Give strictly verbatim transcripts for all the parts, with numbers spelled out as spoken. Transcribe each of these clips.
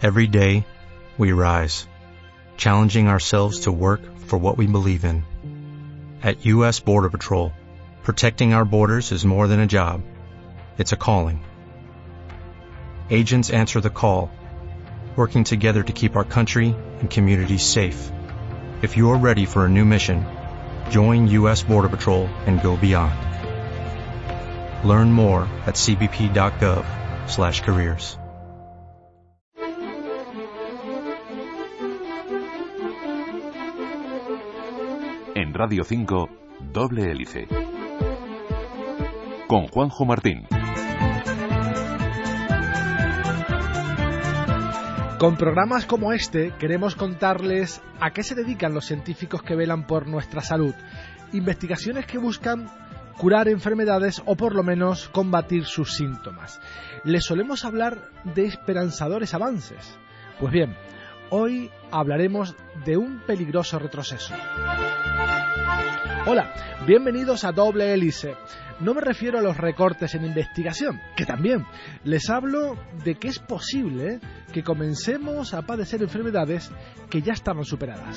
Every day, we rise, challenging ourselves to work for what we believe in. At U S Border Patrol, protecting our borders is more than a job. It's a calling. Agents answer the call, working together to keep our country and communities safe. If you are ready for a new mission, join U S Border Patrol and go beyond. Learn more at c b p dot gov slash careers. En Radio cinco, Doble Hélice. Con Juanjo Martín. Con programas como este queremos contarles a qué se dedican los científicos que velan por nuestra salud. Investigaciones que buscan curar enfermedades o por lo menos combatir sus síntomas. Les solemos hablar de esperanzadores avances. Pues bien, hoy hablaremos de un peligroso retroceso. Hola, bienvenidos a Doble Hélice. No me refiero a los recortes en investigación, que también. Les hablo de que es posible que comencemos a padecer enfermedades que ya estaban superadas.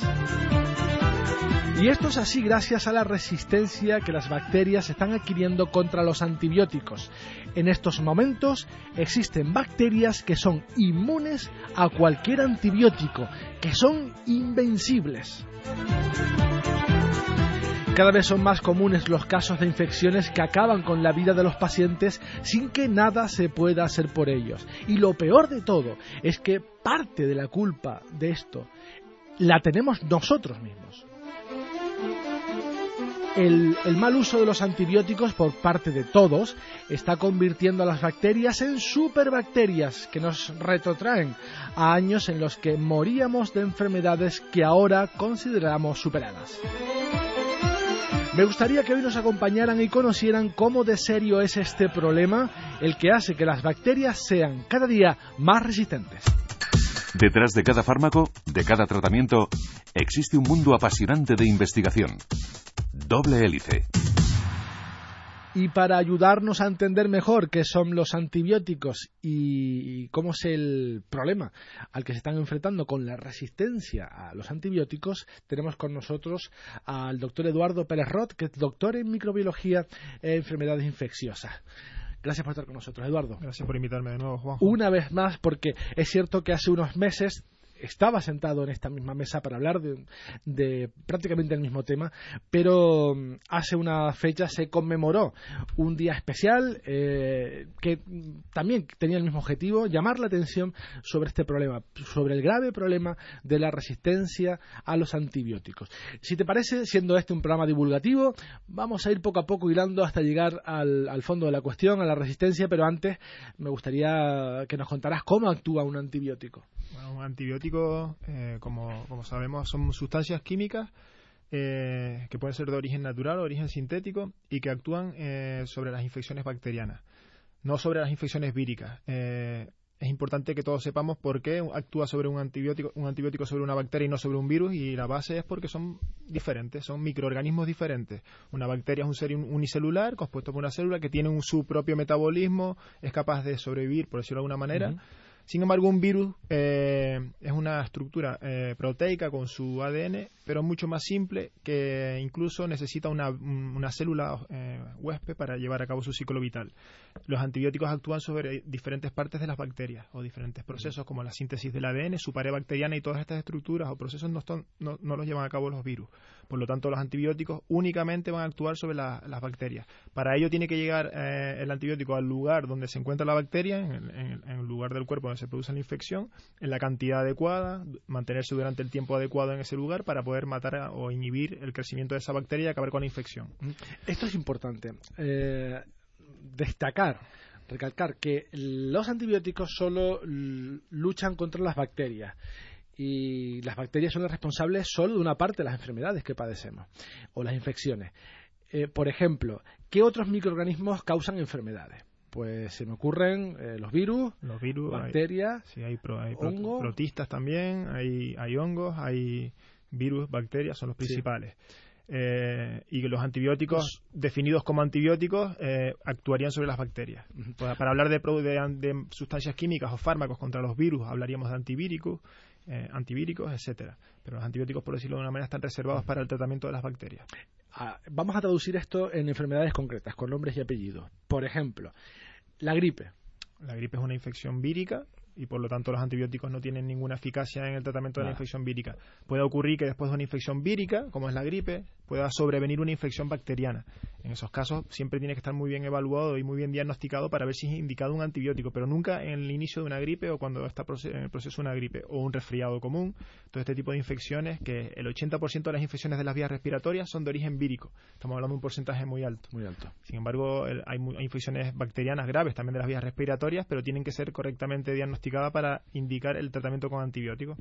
Y esto es así gracias a la resistencia que las bacterias están adquiriendo contra los antibióticos. En estos momentos existen bacterias que son inmunes a cualquier antibiótico, que son invencibles. Cada vez son más comunes los casos de infecciones que acaban con la vida de los pacientes sin que nada se pueda hacer por ellos. Y lo peor de todo es que parte de la culpa de esto la tenemos nosotros mismos. El, el mal uso de los antibióticos por parte de todos está convirtiendo a las bacterias en superbacterias que nos retrotraen a años en los que moríamos de enfermedades que ahora consideramos superadas. Me gustaría que hoy nos acompañaran y conocieran cómo de serio es este problema, el que hace que las bacterias sean cada día más resistentes. Detrás de cada fármaco, de cada tratamiento, existe un mundo apasionante de investigación. Doble Hélice. Y para ayudarnos a entender mejor qué son los antibióticos y cómo es el problema al que se están enfrentando con la resistencia a los antibióticos, tenemos con nosotros al doctor Eduardo Pérez Rot, que es doctor en microbiología e enfermedades infecciosas. Gracias por estar con nosotros, Eduardo. Gracias por invitarme de nuevo, Juan. Una vez más, porque es cierto que hace unos meses estaba sentado en esta misma mesa para hablar de, de prácticamente el mismo tema, pero hace una fecha se conmemoró un día especial eh, que también tenía el mismo objetivo, llamar la atención sobre este problema, sobre el grave problema de la resistencia a los antibióticos. Si te parece, siendo este un programa divulgativo, vamos a ir poco a poco hilando hasta llegar al, al fondo de la cuestión, a la resistencia, pero antes me gustaría que nos contaras cómo actúa un antibiótico. Bueno, un antibiótico, eh, como, como sabemos, son sustancias químicas eh, que pueden ser de origen natural o de origen sintético y que actúan eh, sobre las infecciones bacterianas, no sobre las infecciones víricas. Eh, es importante que todos sepamos por qué actúa sobre un antibiótico, un antibiótico sobre una bacteria y no sobre un virus, y la base es porque son diferentes, son microorganismos diferentes. Una bacteria es un ser unicelular compuesto por una célula que tiene un, su propio metabolismo, es capaz de sobrevivir, por decirlo de alguna manera. Uh-huh. Sin embargo, un virus eh, es una estructura eh, proteica con su A D N, pero mucho más simple, que incluso necesita una, una célula eh, huésped para llevar a cabo su ciclo vital. Los antibióticos actúan sobre diferentes partes de las bacterias o diferentes procesos como la síntesis del A D N, su pared bacteriana, y todas estas estructuras o procesos no, están, no, no los llevan a cabo los virus. Por lo tanto, los antibióticos únicamente van a actuar sobre la, las bacterias. Para ello tiene que llegar eh, el antibiótico al lugar donde se encuentra la bacteria, en el, en, en el lugar del cuerpo donde se produce la infección, en la cantidad adecuada, mantenerse durante el tiempo adecuado en ese lugar para poder matar a, o inhibir el crecimiento de esa bacteria y acabar con la infección. Esto es importante. Eh, destacar, recalcar que los antibióticos solo luchan contra las bacterias. Y las bacterias son las responsables solo de una parte de las enfermedades que padecemos o las infecciones. Eh, por ejemplo, ¿qué otros microorganismos causan enfermedades? Pues se me ocurren eh, los virus, los virus, bacterias, hay, sí, hay, pro, hay hongos, protistas también, hay, hay hongos, hay virus, bacterias, son los principales. Sí. Eh, y que los antibióticos definidos como antibióticos eh, actuarían sobre las bacterias. Para, para hablar de, de, de sustancias químicas o fármacos contra los virus hablaríamos de antivíricos, eh, antivíricos, etcétera. Pero los antibióticos, por decirlo de una manera, están reservados para el tratamiento de las bacterias. Ah, vamos a traducir esto en enfermedades concretas, con nombres y apellidos. Por ejemplo, la gripe. La gripe es una infección vírica y por lo tanto los antibióticos no tienen ninguna eficacia en el tratamiento de la infección vírica. Puede ocurrir que después de una infección vírica, como es la gripe, pueda sobrevenir una infección bacteriana. En esos casos siempre tiene que estar muy bien evaluado y muy bien diagnosticado para ver si es indicado un antibiótico, pero nunca en el inicio de una gripe o cuando está en el proceso de una gripe o un resfriado común. Todo este tipo de infecciones, que el ochenta por ciento de las infecciones de las vías respiratorias son de origen vírico. Estamos hablando de un porcentaje muy alto. Muy alto. Sin embargo, el, hay, hay infecciones bacterianas graves también de las vías respiratorias, pero tienen que ser correctamente diagnosticadas para indicar el tratamiento con antibióticos.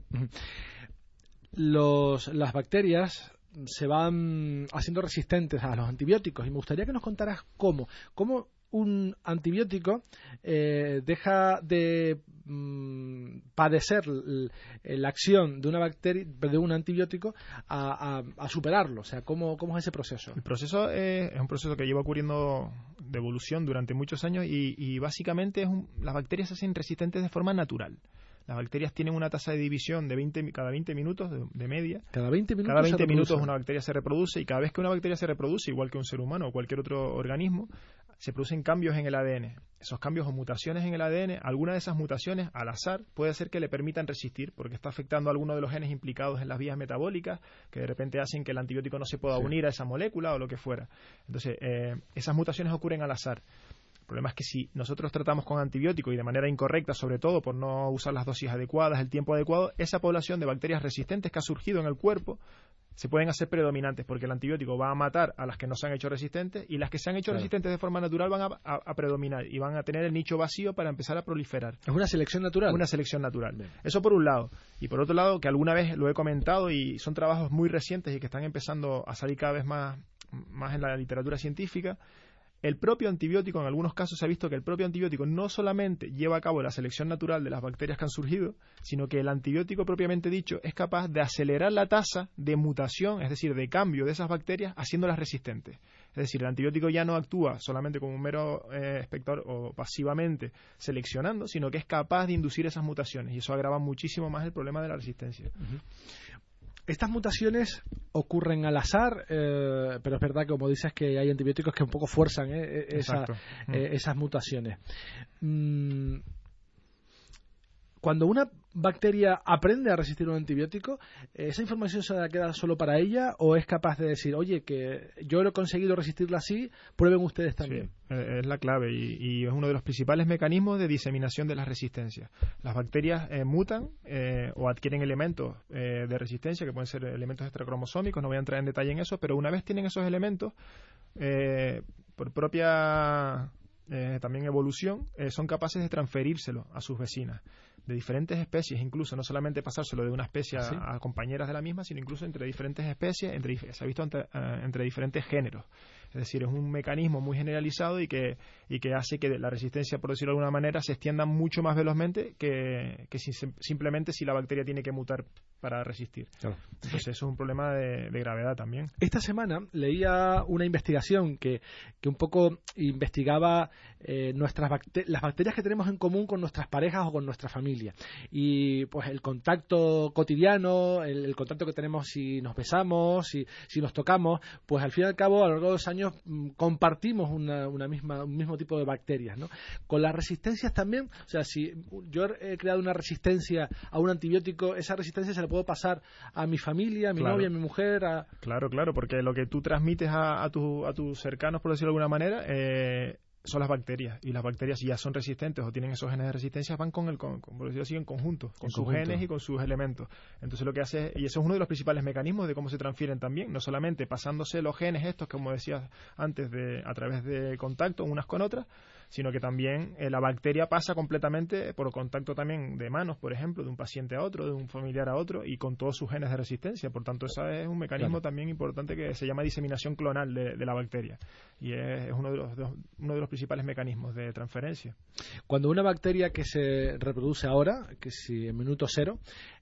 Los, las bacterias se van haciendo resistentes a los antibióticos y me gustaría que nos contaras cómo, cómo un antibiótico eh, deja de mmm, padecer l, la acción de una bacteria, de un antibiótico a, a, a superarlo. O sea, ¿cómo, cómo es ese proceso? El proceso es, es un proceso que lleva ocurriendo de evolución durante muchos años y, y básicamente es un, las bacterias se hacen resistentes de forma natural. Las bacterias tienen una tasa de división de veinte, cada veinte minutos de, de media. Cada veinte minutos, cada veinte minutos una bacteria se reproduce y cada vez que una bacteria se reproduce, igual que un ser humano o cualquier otro organismo, se producen cambios en el A D N. Esos cambios o mutaciones en el A D N, alguna de esas mutaciones al azar puede ser que le permitan resistir porque está afectando a alguno de los genes implicados en las vías metabólicas que de repente hacen que el antibiótico no se pueda sí. unir a esa molécula o lo que fuera. Entonces, eh, esas mutaciones ocurren al azar. El problema es que si nosotros tratamos con antibióticos y de manera incorrecta, sobre todo por no usar las dosis adecuadas, el tiempo adecuado, esa población de bacterias resistentes que ha surgido en el cuerpo se pueden hacer predominantes porque el antibiótico va a matar a las que no se han hecho resistentes y las que se han hecho claro. resistentes de forma natural van a, a, a predominar y van a tener el nicho vacío para empezar a proliferar. Es una selección natural. Una selección natural. Bien. Eso por un lado. Y por otro lado, que alguna vez lo he comentado y son trabajos muy recientes y que están empezando a salir cada vez más, más en la literatura científica. El propio antibiótico, en algunos casos se ha visto que el propio antibiótico no solamente lleva a cabo la selección natural de las bacterias que han surgido, sino que el antibiótico propiamente dicho es capaz de acelerar la tasa de mutación, es decir, de cambio de esas bacterias, haciéndolas resistentes. Es decir, el antibiótico ya no actúa solamente como un mero eh, espectador o pasivamente seleccionando, sino que es capaz de inducir esas mutaciones y eso agrava muchísimo más el problema de la resistencia. Uh-huh. Estas mutaciones ocurren al azar, eh, pero es verdad que, como dices, que hay antibióticos que un poco fuerzan eh, esa, eh, esas mutaciones. Mm, cuando una bacteria aprende a resistir un antibiótico, ¿esa información se la queda solo para ella o es capaz de decir, oye, que yo lo he conseguido resistirla así, prueben ustedes también? Sí, es la clave y, y es uno de los principales mecanismos de diseminación de las resistencias. Las bacterias eh, mutan eh, o adquieren elementos eh, de resistencia, que pueden ser elementos extracromosómicos, no voy a entrar en detalle en eso, pero una vez tienen esos elementos, eh, por propia eh, también evolución, eh, son capaces de transferírselo a sus vecinas. De diferentes especies, incluso no solamente pasárselo de una especie a, ¿sí? a compañeras de la misma, sino incluso entre diferentes especies, entre, se ha visto entre, uh, entre diferentes géneros. Es decir, es un mecanismo muy generalizado y que, y que hace que la resistencia, por decirlo de alguna manera, se extienda mucho más velozmente que, que si, simplemente si la bacteria tiene que mutar para resistir. Claro. Entonces eso es un problema de, de gravedad también. Esta semana leía una investigación que, que un poco investigaba eh, nuestras bacter- las bacterias que tenemos en común con nuestras parejas o con nuestra familia. Y pues el contacto cotidiano, el, el contacto que tenemos si nos besamos, si, si nos tocamos, pues al fin y al cabo a lo largo de los años compartimos una, una misma, un mismo tipo de bacterias, ¿no? Con las resistencias también, o sea, si yo he creado una resistencia a un antibiótico, esa resistencia se la puedo pasar a mi familia, a mi claro. novia, a mi mujer, a... Claro, claro, porque lo que tú transmites a, a, tu, a tus cercanos, por decirlo de alguna manera, eh, son las bacterias, y las bacterias si ya son resistentes o tienen esos genes de resistencia van con el con, con, por decirlo así, en conjunto, con en sus conjunto. genes y con sus elementos. Entonces lo que hace, y eso es uno de los principales mecanismos de cómo se transfieren también, no solamente pasándose los genes estos, como decías antes, de a través de contacto unas con otras, sino que también eh, la bacteria pasa completamente por contacto también de manos, por ejemplo, de un paciente a otro, de un familiar a otro, y con todos sus genes de resistencia. Por tanto, ese es un mecanismo claro. también importante que se llama diseminación clonal de, de la bacteria, y es, es uno de los, de, uno de los principales mecanismos de transferencia. Cuando una bacteria que se reproduce ahora, que si en minuto cero,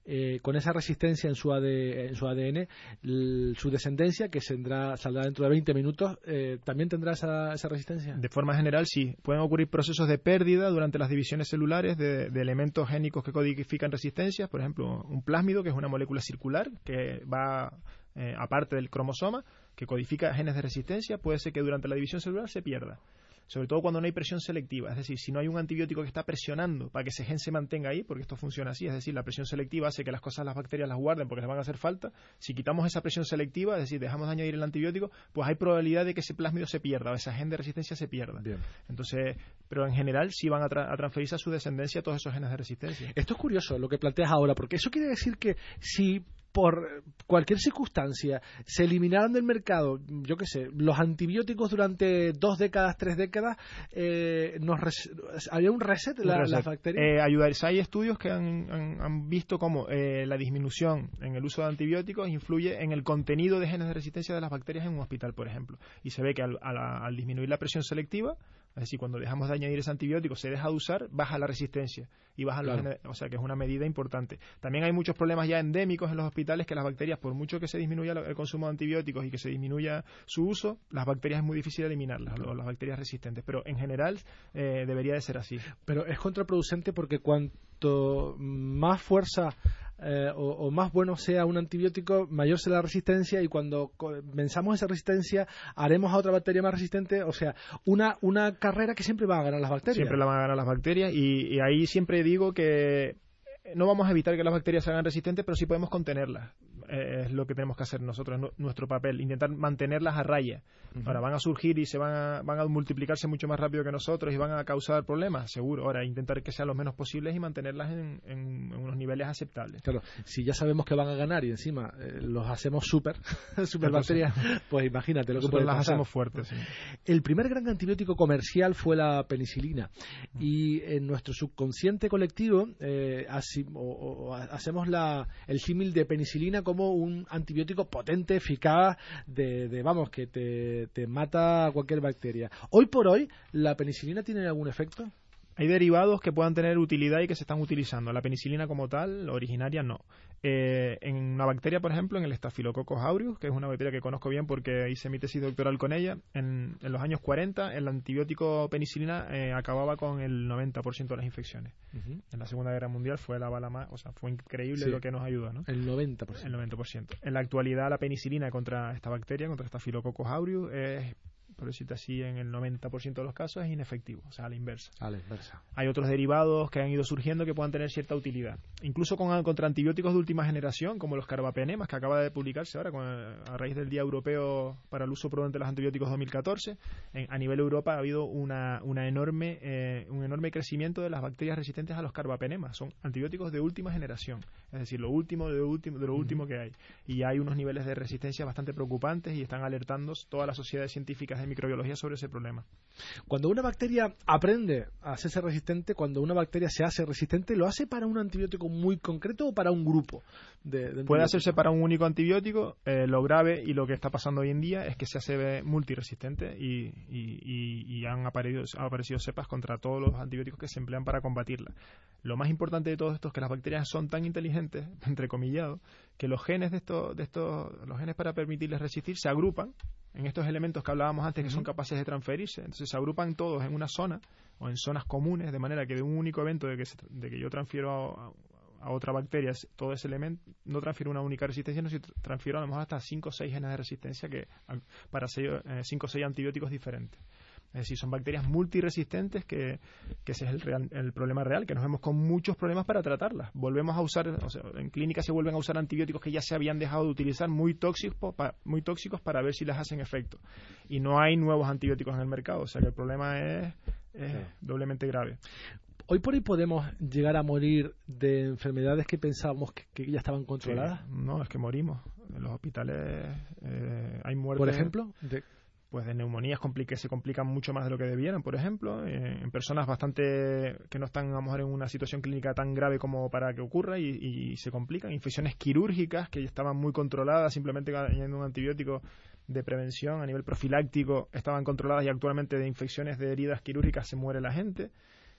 eh, con esa resistencia en su, A D, en su A D N, l, su descendencia, que saldrá, saldrá dentro de veinte minutos, eh, ¿también tendrá esa, esa resistencia? De forma general, sí. Pueden ocurrir procesos de pérdida durante las divisiones celulares de, de elementos génicos que codifican resistencias. Por ejemplo, un plásmido, que es una molécula circular que va eh, aparte del cromosoma, que codifica genes de resistencia, puede ser que durante la división celular se pierda. Sobre todo cuando no hay presión selectiva, es decir, si no hay un antibiótico que está presionando para que ese gen se mantenga ahí, porque esto funciona así, es decir, la presión selectiva hace que las cosas, las bacterias las guarden porque les van a hacer falta. Si quitamos esa presión selectiva, es decir, dejamos de añadir el antibiótico, pues hay probabilidad de que ese plásmido se pierda, o esa gen de resistencia se pierda. Bien. Entonces, pero en general sí van a, tra a transferirse a su descendencia todos esos genes de resistencia. Esto es curioso lo que planteas ahora, porque eso quiere decir que si por cualquier circunstancia se eliminaran del mercado, yo qué sé, los antibióticos durante dos décadas, tres décadas, eh, nos habría un reset de la, las bacterias. Eh, ayudar, hay estudios que han, han, han visto cómo eh, la disminución en el uso de antibióticos influye en el contenido de genes de resistencia de las bacterias en un hospital, por ejemplo. Y se ve que al, al, al disminuir la presión selectiva, es decir, cuando dejamos de añadir ese antibiótico, se deja de usar, baja la resistencia y baja claro. los genes, o sea que es una medida importante. También hay muchos problemas ya endémicos en los hospitales que las bacterias, por mucho que se disminuya el consumo de antibióticos y que se disminuya su uso, las bacterias es muy difícil eliminarlas, las bacterias resistentes. Pero en general eh, debería de ser así. Pero es contraproducente porque cuanto más fuerza Eh, o, o más bueno sea un antibiótico, mayor será la resistencia, y cuando venzamos esa resistencia haremos a otra bacteria más resistente. O sea, una, una carrera que siempre va a ganar las bacterias. Siempre la van a ganar las bacterias, y, y ahí siempre digo que no vamos a evitar que las bacterias se hagan resistentes, pero sí podemos contenerlas. Eh, es lo que tenemos que hacer nosotros, no, nuestro papel, intentar mantenerlas a raya. Uh-huh. Ahora van a surgir y se van a, van a multiplicarse mucho más rápido que nosotros y van a causar problemas, seguro. Ahora intentar que sean lo menos posibles y mantenerlas en, en, en unos niveles aceptables. Claro, si ya sabemos que van a ganar y encima eh, los hacemos súper, súper bacterias, pues imagínate lo que puede las pasar. Hacemos fuertes. Sí. El primer gran antibiótico comercial fue la penicilina, uh-huh. y en nuestro subconsciente colectivo eh, así, o, o, hacemos la, el símil de penicilina como un antibiótico potente, eficaz, de, de vamos, que te, te mata cualquier bacteria. Hoy por hoy, ¿la penicilina tiene algún efecto? Hay derivados que puedan tener utilidad y que se están utilizando. La penicilina como tal, la originaria, no. Eh, en una bacteria, por ejemplo, en el Staphylococcus aureus, que es una bacteria que conozco bien porque hice mi tesis doctoral con ella, en, en los años cuarenta el antibiótico penicilina eh, acababa con el noventa por ciento de las infecciones. Uh-huh. En la Segunda Guerra Mundial fue la bala más, o sea, fue increíble sí. lo que nos ayuda, ¿no? El noventa por ciento. El noventa por ciento. En la actualidad la penicilina contra esta bacteria, contra Staphylococcus aureus, es, por decirte así, en el noventa por ciento de los casos es inefectivo, o sea, a la inversa. A la inversa. Hay otros derivados que han ido surgiendo que puedan tener cierta utilidad. Incluso con, contra antibióticos de última generación, como los carbapenemas, que acaba de publicarse ahora con, a raíz del Día Europeo para el Uso Prudente de los Antibióticos dos mil catorce. En, a nivel Europa ha habido una, una enorme, eh, un enorme crecimiento de las bacterias resistentes a los carbapenemas. Son antibióticos de última generación, es decir, lo último de, último, de lo último uh-huh. que hay. Y hay unos niveles de resistencia bastante preocupantes y están alertando todas las sociedades científicas de microbiología sobre ese problema. Cuando una bacteria aprende a hacerse resistente, cuando una bacteria se hace resistente, ¿lo hace para un antibiótico muy concreto o para un grupo de, de Puede hacerse para un único antibiótico. Eh, lo grave y lo que está pasando hoy en día es que se hace multiresistente y, y, y, y han, aparecido, han aparecido cepas contra todos los antibióticos que se emplean para combatirla. Lo más importante de todo esto es que las bacterias son tan inteligentes, entrecomillado, que los genes de estos, de estos, los genes para permitirles resistir se agrupan en estos elementos que hablábamos antes, uh-huh. que son capaces de transferirse. Entonces se agrupan todos en una zona o en zonas comunes, de manera que de un único evento de que, se, de que yo transfiero a, a otra bacteria todo ese elemento, no transfiero una única resistencia, sino que transfiero a lo mejor hasta cinco o seis genes de resistencia que, para cinco o seis antibióticos diferentes. Es decir, son bacterias multiresistentes que, que ese es el, real, el problema real, que nos vemos con muchos problemas para tratarlas. Volvemos a usar, o sea, en clínica se vuelven a usar antibióticos que ya se habían dejado de utilizar, muy tóxicos, pa, muy tóxicos para ver si les hacen efecto. Y no hay nuevos antibióticos en el mercado, o sea que el problema es, es sí. doblemente grave. ¿Hoy por hoy podemos llegar a morir de enfermedades que pensábamos que, que ya estaban controladas? Sí, no, es que morimos. En los hospitales eh, hay muertes. ¿Por ejemplo? De... pues de neumonías que se complican mucho más de lo que debieran, por ejemplo, eh, en personas bastante que no están a lo mejor en una situación clínica tan grave como para que ocurra y, y se complican, infecciones quirúrgicas que ya estaban muy controladas, simplemente añadiendo un antibiótico de prevención a nivel profiláctico estaban controladas y actualmente de infecciones de heridas quirúrgicas se muere la gente.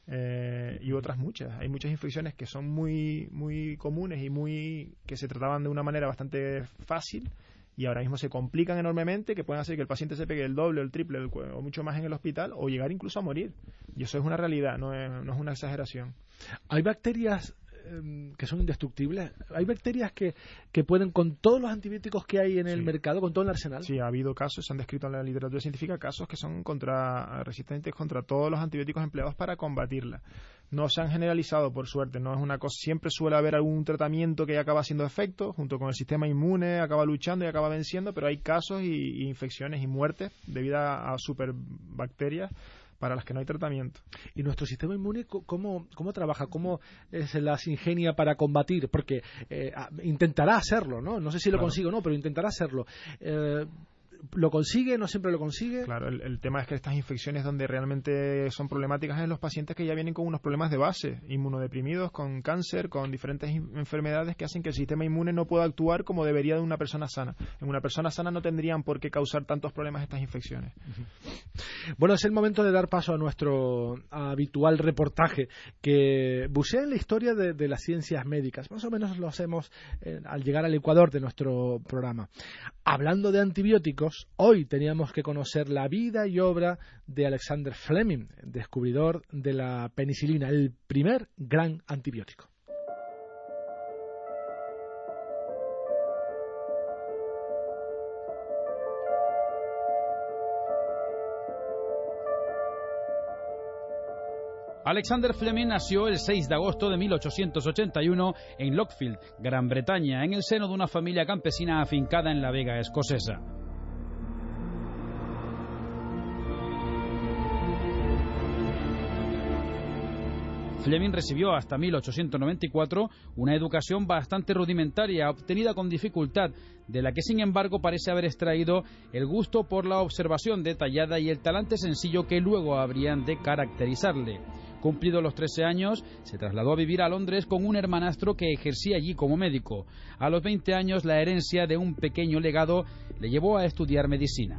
Eh, y otras muchas. Hay muchas infecciones que son muy, muy comunes y muy que se trataban de una manera bastante fácil y ahora mismo se complican enormemente, que pueden hacer que el paciente se pegue el doble o el triple el, o mucho más en el hospital o llegar incluso a morir. Y eso es una realidad, no es, no es una exageración. Hay bacterias que son indestructibles. Hay bacterias que, que pueden, con todos los antibióticos que hay en el sí. mercado, con todo el arsenal. Sí, ha habido casos, se han descrito en la literatura científica casos que son contra resistentes contra todos los antibióticos empleados para combatirla. No se han generalizado, por suerte, no es una cosa, siempre suele haber algún tratamiento que acaba haciendo efecto, junto con el sistema inmune, acaba luchando y acaba venciendo, pero hay casos y, y infecciones y muertes debido a, a superbacterias para las que no hay tratamiento. ¿Y nuestro sistema inmune cómo, cómo trabaja? ¿Cómo se las ingenia para combatir? Porque eh, intentará hacerlo, ¿no? No sé si lo claro. consigue o no, pero intentará hacerlo. Eh, ¿Lo consigue? ¿No siempre lo consigue? Claro, el, el tema es que estas infecciones donde realmente son problemáticas es en los pacientes que ya vienen con unos problemas de base, inmunodeprimidos, con cáncer, con diferentes enfermedades que hacen que el sistema inmune no pueda actuar como debería de una persona sana. En una persona sana no tendrían por qué causar tantos problemas estas infecciones. Uh-huh. Bueno, es el momento de dar paso a nuestro habitual reportaje que bucea en la historia de, de las ciencias médicas. Más o menos lo hacemos eh, al llegar al Ecuador de nuestro programa. Hablando de antibióticos, hoy teníamos que conocer la vida y obra de Alexander Fleming, descubridor de la penicilina, el primer gran antibiótico. Alexander Fleming nació el seis de agosto de mil ochocientos ochenta y uno en Lockfield, Gran Bretaña, en el seno de una familia campesina afincada en la Vega escocesa. Fleming recibió hasta mil ochocientos noventa y cuatro una educación bastante rudimentaria, obtenida con dificultad, de la que sin embargo parece haber extraído el gusto por la observación detallada y el talante sencillo que luego habrían de caracterizarle. Cumplidos los trece años, se trasladó a vivir a Londres con un hermanastro que ejercía allí como médico. A los veinte años, la herencia de un pequeño legado le llevó a estudiar medicina.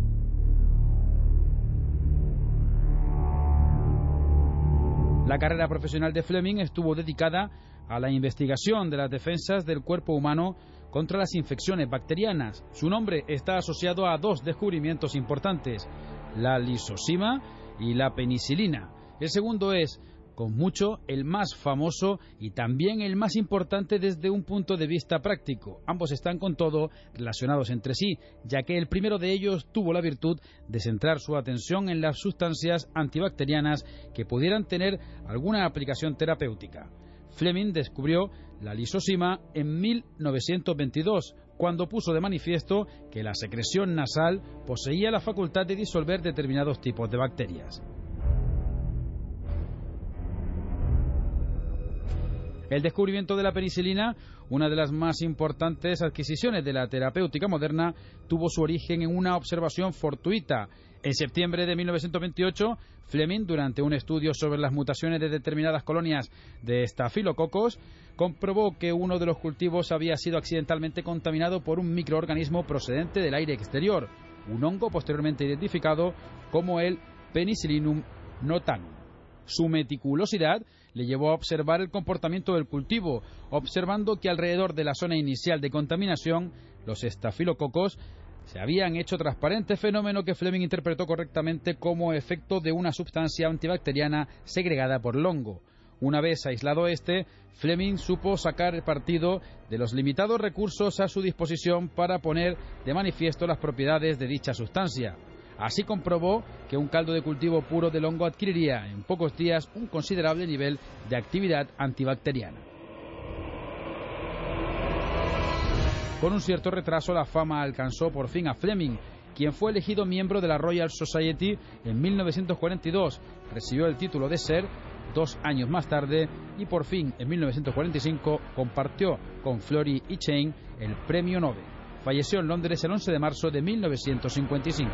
La carrera profesional de Fleming estuvo dedicada a la investigación de las defensas del cuerpo humano contra las infecciones bacterianas. Su nombre está asociado a dos descubrimientos importantes, la lisozima y la penicilina. El segundo es, con mucho, el más famoso y también el más importante desde un punto de vista práctico. Ambos están, con todo, relacionados entre sí, ya que el primero de ellos tuvo la virtud de centrar su atención en las sustancias antibacterianas que pudieran tener alguna aplicación terapéutica. Fleming descubrió la lisozima en mil novecientos veintidós, cuando puso de manifiesto que la secreción nasal poseía la facultad de disolver determinados tipos de bacterias. El descubrimiento de la penicilina, una de las más importantes adquisiciones de la terapéutica moderna, tuvo su origen en una observación fortuita. En septiembre de mil novecientos veintiocho, Fleming, durante un estudio sobre las mutaciones de determinadas colonias de estafilococos, comprobó que uno de los cultivos había sido accidentalmente contaminado por un microorganismo procedente del aire exterior, un hongo posteriormente identificado como el Penicillium notanum. Su meticulosidad le llevó a observar el comportamiento del cultivo, observando que alrededor de la zona inicial de contaminación, los estafilococos se habían hecho transparentes, fenómeno que Fleming interpretó correctamente como efecto de una sustancia antibacteriana segregada por el hongo. Una vez aislado este, Fleming supo sacar partido de los limitados recursos a su disposición para poner de manifiesto las propiedades de dicha sustancia. Así comprobó que un caldo de cultivo puro del hongo adquiriría en pocos días un considerable nivel de actividad antibacteriana. Con un cierto retraso, la fama alcanzó por fin a Fleming, quien fue elegido miembro de la Royal Society en mil novecientos cuarenta y dos. Recibió el título de Sir dos años más tarde y por fin en mil novecientos cuarenta y cinco compartió con Florey y Chain el premio Nobel. Falleció en Londres el once de marzo de mil novecientos cincuenta y cinco.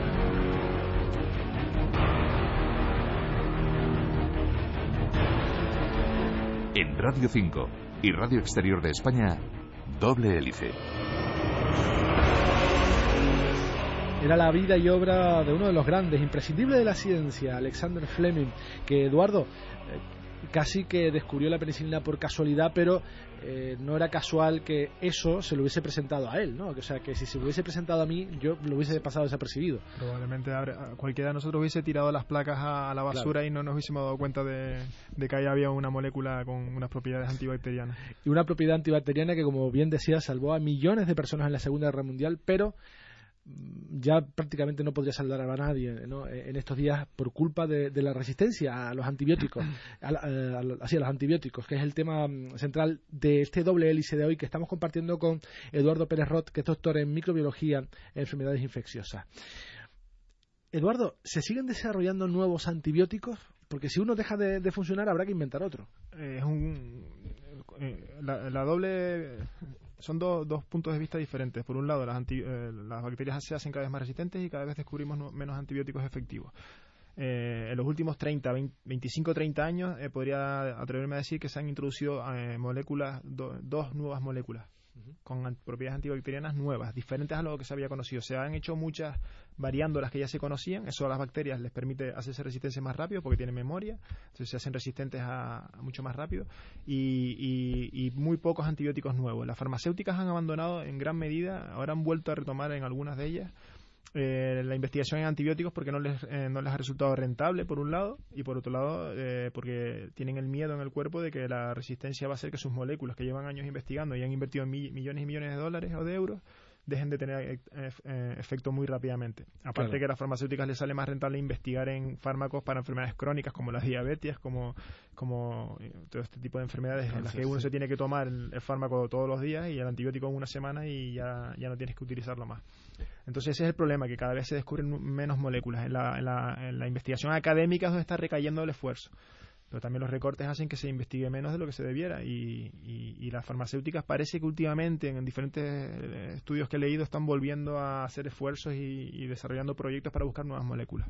En Radio cinco y Radio Exterior de España, Doble Hélice. era la vida y obra de uno de los grandes, imprescindibles de la ciencia, Alexander Fleming, que Eduardo eh, casi que descubrió la penicilina por casualidad, pero eh, no era casual que eso se lo hubiese presentado a él, ¿no? O sea, que si se lo hubiese presentado a mí, yo lo hubiese pasado desapercibido. Probablemente cualquiera de nosotros hubiese tirado las placas a, a la basura, claro, y no nos hubiésemos dado cuenta de, de que ahí había una molécula con unas propiedades antibacterianas. Y una propiedad antibacteriana que, como bien decía, salvó a millones de personas en la Segunda Guerra Mundial, pero ya prácticamente no podría salvar a nadie, ¿no?, en estos días por culpa de, de la resistencia a los antibióticos, a, a, a, así, a los antibióticos, que es el tema central de este doble hélice de hoy que estamos compartiendo con Eduardo Pérez Rot, que es doctor en microbiología e enfermedades infecciosas. Eduardo, ¿se siguen desarrollando nuevos antibióticos? Porque si uno deja de, de funcionar habrá que inventar otro. Eh, es un, eh, la, la doble... Son do, dos puntos de vista diferentes. Por un lado, las, anti, eh, las bacterias se hacen cada vez más resistentes y cada vez descubrimos no, menos antibióticos efectivos. Eh, en los últimos treinta, veinte, veinticinco, treinta años eh, podría atreverme a decir que se han introducido eh, moléculas, do, dos nuevas moléculas uh-huh. con an, propiedades antibacterianas nuevas, diferentes a lo que se había conocido. Se han hecho muchas variando las que ya se conocían. Eso a las bacterias les permite hacerse resistentes más rápido porque tienen memoria, entonces se hacen resistentes a, a mucho más rápido, y, y, y muy pocos antibióticos nuevos. Las farmacéuticas han abandonado en gran medida, ahora han vuelto a retomar en algunas de ellas eh, la investigación en antibióticos porque no les, eh, no les ha resultado rentable, por un lado, y por otro lado eh, porque tienen el miedo en el cuerpo de que la resistencia va a hacer que sus moléculas, que llevan años investigando y han invertido mi, millones y millones de dólares o de euros, dejen de tener eh, eh, efecto muy rápidamente. Aparte, claro, que a las farmacéuticas les sale más rentable investigar en fármacos para enfermedades crónicas como las diabetes, como, como eh, todo este tipo de enfermedades en las que uno sí. se tiene que tomar el, el fármaco todos los días y el antibiótico en una semana y ya, ya no tienes que utilizarlo más. Entonces ese es el problema, que cada vez se descubren menos moléculas. En la, en la, en la investigación académica es donde está recayendo el esfuerzo. Pero también los recortes hacen que se investigue menos de lo que se debiera y, y, y las farmacéuticas parece que últimamente en diferentes estudios que he leído están volviendo a hacer esfuerzos y, y desarrollando proyectos para buscar nuevas moléculas.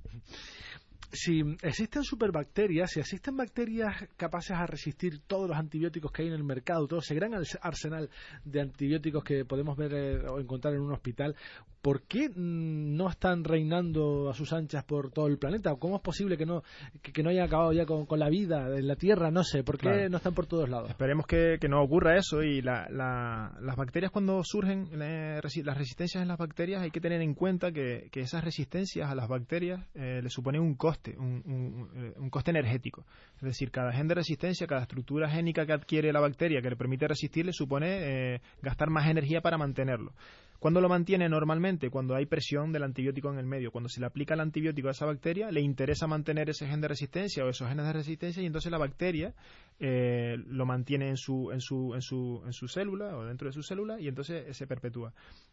Si existen superbacterias, si existen bacterias capaces a resistir todos los antibióticos que hay en el mercado, todo ese gran arsenal de antibióticos que podemos ver eh, o encontrar en un hospital, ¿por qué no están reinando a sus anchas por todo el planeta? ¿Cómo es posible que no que, que no hayan acabado ya con, con la vida en la Tierra? No sé, ¿por qué claro. no están por todos lados? Esperemos que, que no ocurra eso, y la, la, las bacterias, cuando surgen, eh, resi- las resistencias en las bacterias, hay que tener en cuenta que, que esas resistencias a las bacterias eh, le suponen un coste, un, un, un coste energético. Es decir, cada gen de resistencia, cada estructura génica que adquiere la bacteria que le permite resistir, le supone eh, gastar más energía para mantenerlo. ¿Cuándo lo mantiene normalmente? Cuando hay presión del antibiótico en el medio. Cuando se le aplica el antibiótico a esa bacteria, le interesa mantener ese gen de resistencia o esos genes de resistencia, y entonces la bacteria eh, lo mantiene en su, en, su, en, su, en su célula o dentro de su célula, y entonces eh, se perpetúa.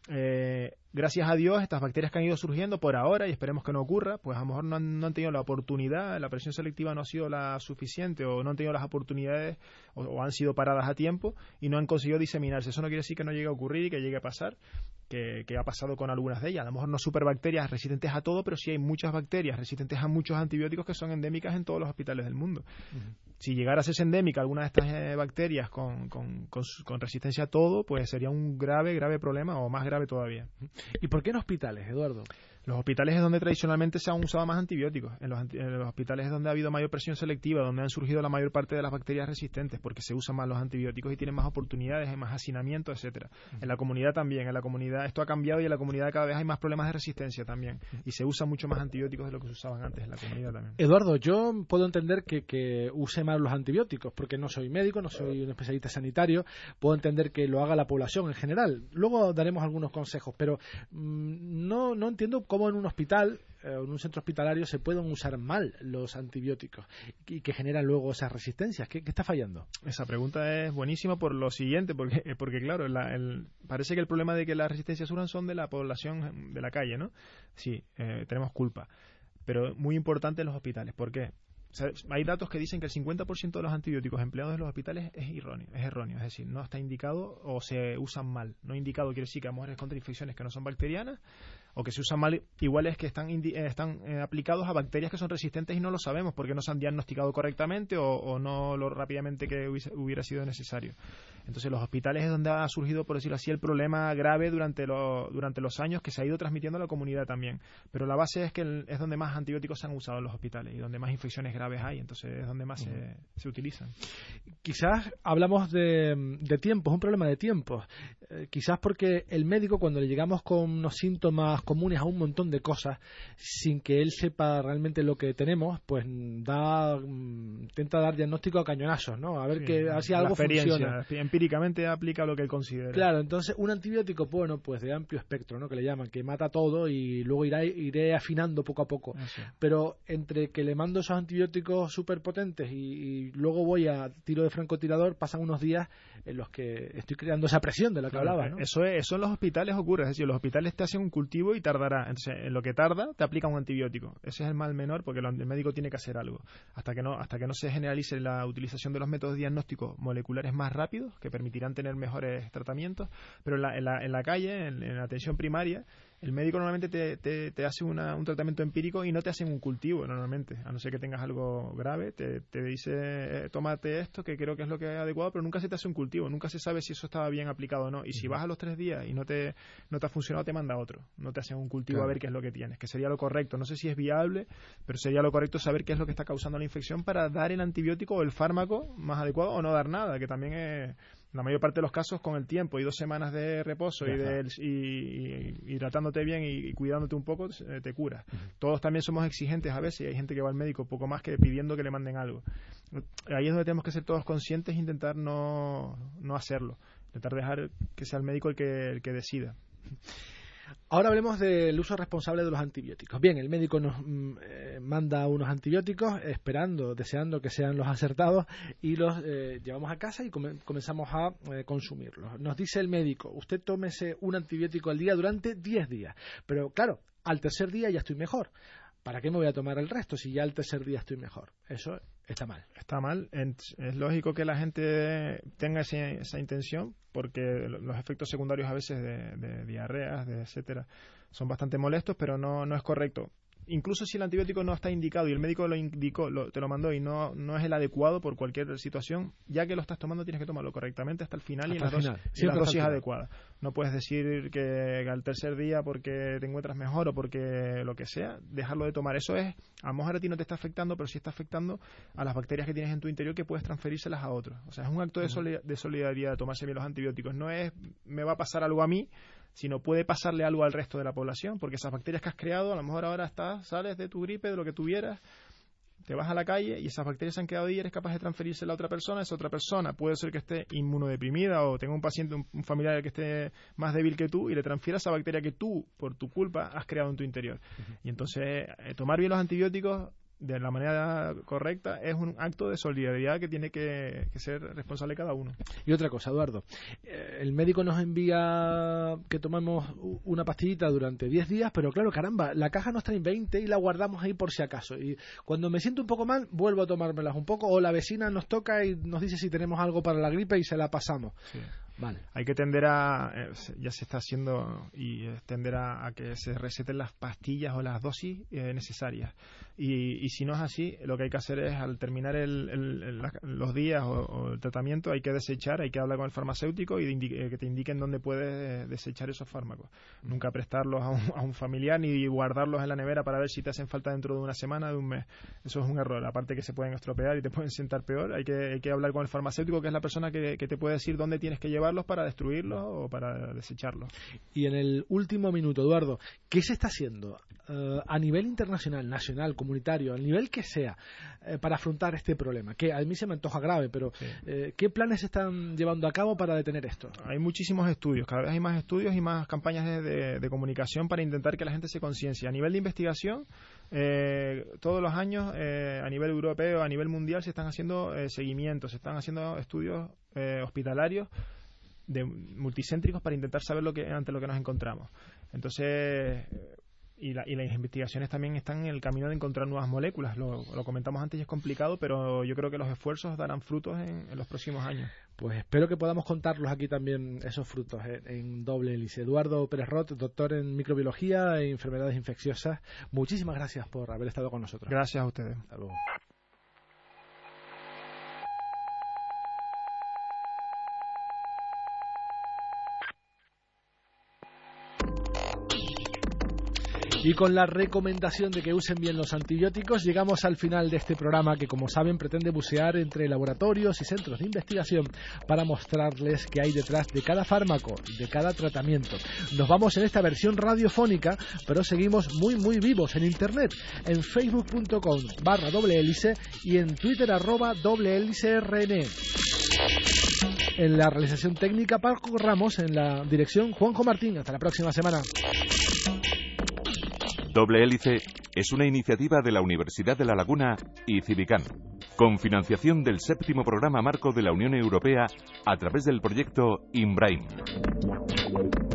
Eh, gracias a Dios, estas bacterias que han ido surgiendo por ahora, y esperemos que no ocurra, pues a lo mejor no han, no han tenido la oportunidad, la presión selectiva no ha sido la suficiente, o no han tenido las oportunidades, o, o han sido paradas a tiempo y no han conseguido diseminarse. Eso no quiere decir que no llegue a ocurrir y que llegue a pasar. Que, que ha pasado con algunas de ellas. A lo mejor no superbacterias resistentes a todo, pero sí hay muchas bacterias resistentes a muchos antibióticos que son endémicas en todos los hospitales del mundo. Uh-huh. Si llegara a ser endémica alguna de estas eh, bacterias con, con, con, con resistencia a todo, pues sería un grave, grave problema, o más grave todavía. ¿Y por qué en hospitales, Eduardo? Los hospitales es donde tradicionalmente se han usado más antibióticos. En los, en los hospitales es donde ha habido mayor presión selectiva, donde han surgido la mayor parte de las bacterias resistentes, porque se usan más los antibióticos y tienen más oportunidades, hay más hacinamiento, etcétera. Uh-huh. En la comunidad también, en la comunidad esto ha cambiado, y en la comunidad cada vez hay más problemas de resistencia también, y se usan mucho más antibióticos de lo que se usaban antes en la comunidad también. Eduardo, yo puedo entender que, que use más los antibióticos, porque no soy médico, no soy un especialista sanitario, puedo entender que lo haga la población en general. Luego daremos algunos consejos, pero mmm, no, no entiendo cómo en un hospital, eh, en un centro hospitalario, se pueden usar mal los antibióticos y que generan luego esas resistencias. ¿Qué, qué está fallando? Esa pregunta es buenísima por lo siguiente, porque, porque claro, la, el, parece que el problema de que las resistencias surjan son de la población de la calle, ¿no? Sí, eh, tenemos culpa, pero muy importante en los hospitales. ¿Por qué? O sea, hay datos que dicen que el cincuenta por ciento de los antibióticos empleados en los hospitales es erróneo, es erróneo, es decir, no está indicado o se usan mal. No indicado quiere decir que a lo mejor es contra infecciones que no son bacterianas, o que se usan mal, igual es que están, indi- eh, están eh, aplicados a bacterias que son resistentes y no lo sabemos porque no se han diagnosticado correctamente o, o no lo rápidamente que hubiese, hubiera sido necesario. Entonces los hospitales es donde ha surgido, por decirlo así, el problema grave durante, lo, durante los años que se ha ido transmitiendo a la comunidad también. Pero la base es que el, es donde más antibióticos se han usado en los hospitales y donde más infecciones graves hay, entonces es donde más uh-huh. se, se utilizan. Quizás hablamos de, de tiempo, es un problema de tiempo. Eh, quizás porque el médico, cuando le llegamos con unos síntomas comunes a un montón de cosas, sin que él sepa realmente lo que tenemos, pues da intenta dar diagnóstico a cañonazos, ¿no? A ver sí, que así algo funciona. Empíricamente aplica lo que él considera. Claro, entonces un antibiótico, bueno, pues de amplio espectro, ¿no? Que le llaman, que mata todo y luego irá, iré afinando poco a poco. Así. Pero entre que le mando esos antibióticos súper potentes y, y luego voy a tiro de francotirador, pasan unos días en los que estoy creando esa presión de la que claro, hablaba, ¿no? Eso, es, eso en los hospitales ocurre, es decir, los hospitales te hacen un cultivo y tardará. Entonces, en lo que tarda, te aplica un antibiótico. Ese es el mal menor porque el médico tiene que hacer algo. Hasta que no, hasta que no se generalice la utilización de los métodos diagnósticos moleculares más rápidos, que permitirán tener mejores tratamientos, pero en la, en la, en la calle, en, en la atención primaria, el médico normalmente te, te, te hace una, un tratamiento empírico y no te hacen un cultivo normalmente, a no ser que tengas algo grave, te, te dice eh, tómate esto que creo que es lo que es adecuado, pero nunca se te hace un cultivo, nunca se sabe si eso estaba bien aplicado o no, y si vas a los tres días y no te, no te ha funcionado, te manda otro, no te hacen un cultivo claro. a ver qué es lo que tienes, que sería lo correcto, no sé si es viable, pero sería lo correcto saber qué es lo que está causando la infección para dar el antibiótico o el fármaco más adecuado o no dar nada, que también es... La mayor parte de los casos con el tiempo y dos semanas de reposo y, de, y, y, y hidratándote bien y, y cuidándote un poco, eh, te curas. Uh-huh. Todos también somos exigentes a veces y hay gente que va al médico poco más que pidiendo que le manden algo. Ahí es donde tenemos que ser todos conscientes e intentar no, no hacerlo. Intentar dejar que sea el médico el que, el que decida. Ahora hablemos del uso responsable de los antibióticos. Bien, el médico nos eh, manda unos antibióticos esperando, deseando que sean los acertados y los eh, llevamos a casa y come- comenzamos a eh, consumirlos. Nos dice el médico, usted tómese un antibiótico al día durante diez días. Pero claro, al tercer día ya estoy mejor. ¿Para qué me voy a tomar el resto si ya al tercer día estoy mejor? Eso está mal. Está mal. Es lógico que la gente tenga ese, esa intención porque los efectos secundarios a veces de, de diarreas, de etcétera, son bastante molestos, pero no, no es correcto. Incluso si el antibiótico no está indicado y el médico lo indicó, lo, te lo mandó y no, no es el adecuado por cualquier situación, ya que lo estás tomando tienes que tomarlo correctamente hasta el final hasta y en la dosis, sí, dosis adecuada. No puedes decir que al tercer día porque te encuentras mejor o porque lo que sea, dejarlo de tomar. Eso es, a lo mejor a ti no te está afectando, pero sí está afectando a las bacterias que tienes en tu interior que puedes transferírselas a otros. O sea, es un acto de, solid- de solidaridad tomarse bien los antibióticos. No es, me va a pasar algo a mí, sino puede pasarle algo al resto de la población, porque esas bacterias que has creado, a lo mejor ahora estás, sales de tu gripe, de lo que tuvieras, te vas a la calle y esas bacterias se han quedado ahí y eres capaz de transferírsela a otra persona. Esa otra persona puede ser que esté inmunodeprimida o tenga un paciente, un, un familiar que esté más débil que tú y le transfiera esa bacteria que tú, por tu culpa, has creado en tu interior. Uh-huh. Y entonces, eh, tomar bien los antibióticos de la manera correcta es un acto de solidaridad que tiene que, que ser responsable cada uno. Y otra cosa, Eduardo, eh, el médico nos envía que tomamos una pastillita durante diez días, pero claro, caramba, la caja nos trae veinte y la guardamos ahí por si acaso. Y cuando me siento un poco mal, vuelvo a tomármelas un poco, o la vecina nos toca y nos dice si tenemos algo para la gripe y se la pasamos. Sí. Vale. Hay que tender a, eh, ya se está haciendo y eh, tender a, a que se receten las pastillas o las dosis eh, necesarias. Y, y si no es así, lo que hay que hacer es al terminar el, el, el, los días o, o el tratamiento hay que desechar, hay que hablar con el farmacéutico y indi- eh, que te indiquen dónde puedes desechar esos fármacos. Mm. Nunca prestarlos a un, a un familiar ni guardarlos en la nevera para ver si te hacen falta dentro de una semana, de un mes. Eso es un error. Aparte que se pueden estropear y te pueden sentar peor, hay que, hay que hablar con el farmacéutico, que es la persona que, que te puede decir dónde tienes que llevar para destruirlos o para desecharlos. Y en el último minuto, Eduardo, ¿qué se está haciendo uh, a nivel internacional, nacional, comunitario, al nivel que sea, eh, para afrontar este problema? Que a mí se me antoja grave, pero sí. eh, ¿qué planes se están llevando a cabo para detener esto? Hay muchísimos estudios, cada vez hay más estudios y más campañas de, de, de comunicación para intentar que la gente se conciencie. A nivel de investigación, eh, todos los años, eh, a nivel europeo, a nivel mundial, se están haciendo eh, seguimientos, se están haciendo estudios eh, hospitalarios de multicéntricos para intentar saber lo que ante lo que nos encontramos. Entonces, y, la, y las investigaciones también están en el camino de encontrar nuevas moléculas. Lo, lo comentamos antes y es complicado, pero yo creo que los esfuerzos darán frutos en, en los próximos años. Pues espero que podamos contarlos aquí también, esos frutos, en, en doble hélice. Eduardo Pérez Rot, doctor en microbiología e enfermedades infecciosas, muchísimas gracias por haber estado con nosotros. Gracias a ustedes. Hasta luego. Y con la recomendación de que usen bien los antibióticos, llegamos al final de este programa que, como saben, pretende bucear entre laboratorios y centros de investigación para mostrarles qué hay detrás de cada fármaco, de cada tratamiento. Nos vamos en esta versión radiofónica, pero seguimos muy, muy vivos en Internet, en facebook.com barra doble hélice y en Twitter arroba doble hélice rn. En la realización técnica, Paco Ramos, en la dirección, Juanjo Martín. Hasta la próxima semana. Doble Hélice es una iniciativa de la Universidad de La Laguna y Civicán, con financiación del séptimo programa marco de la Unión Europea a través del proyecto INBRAIN.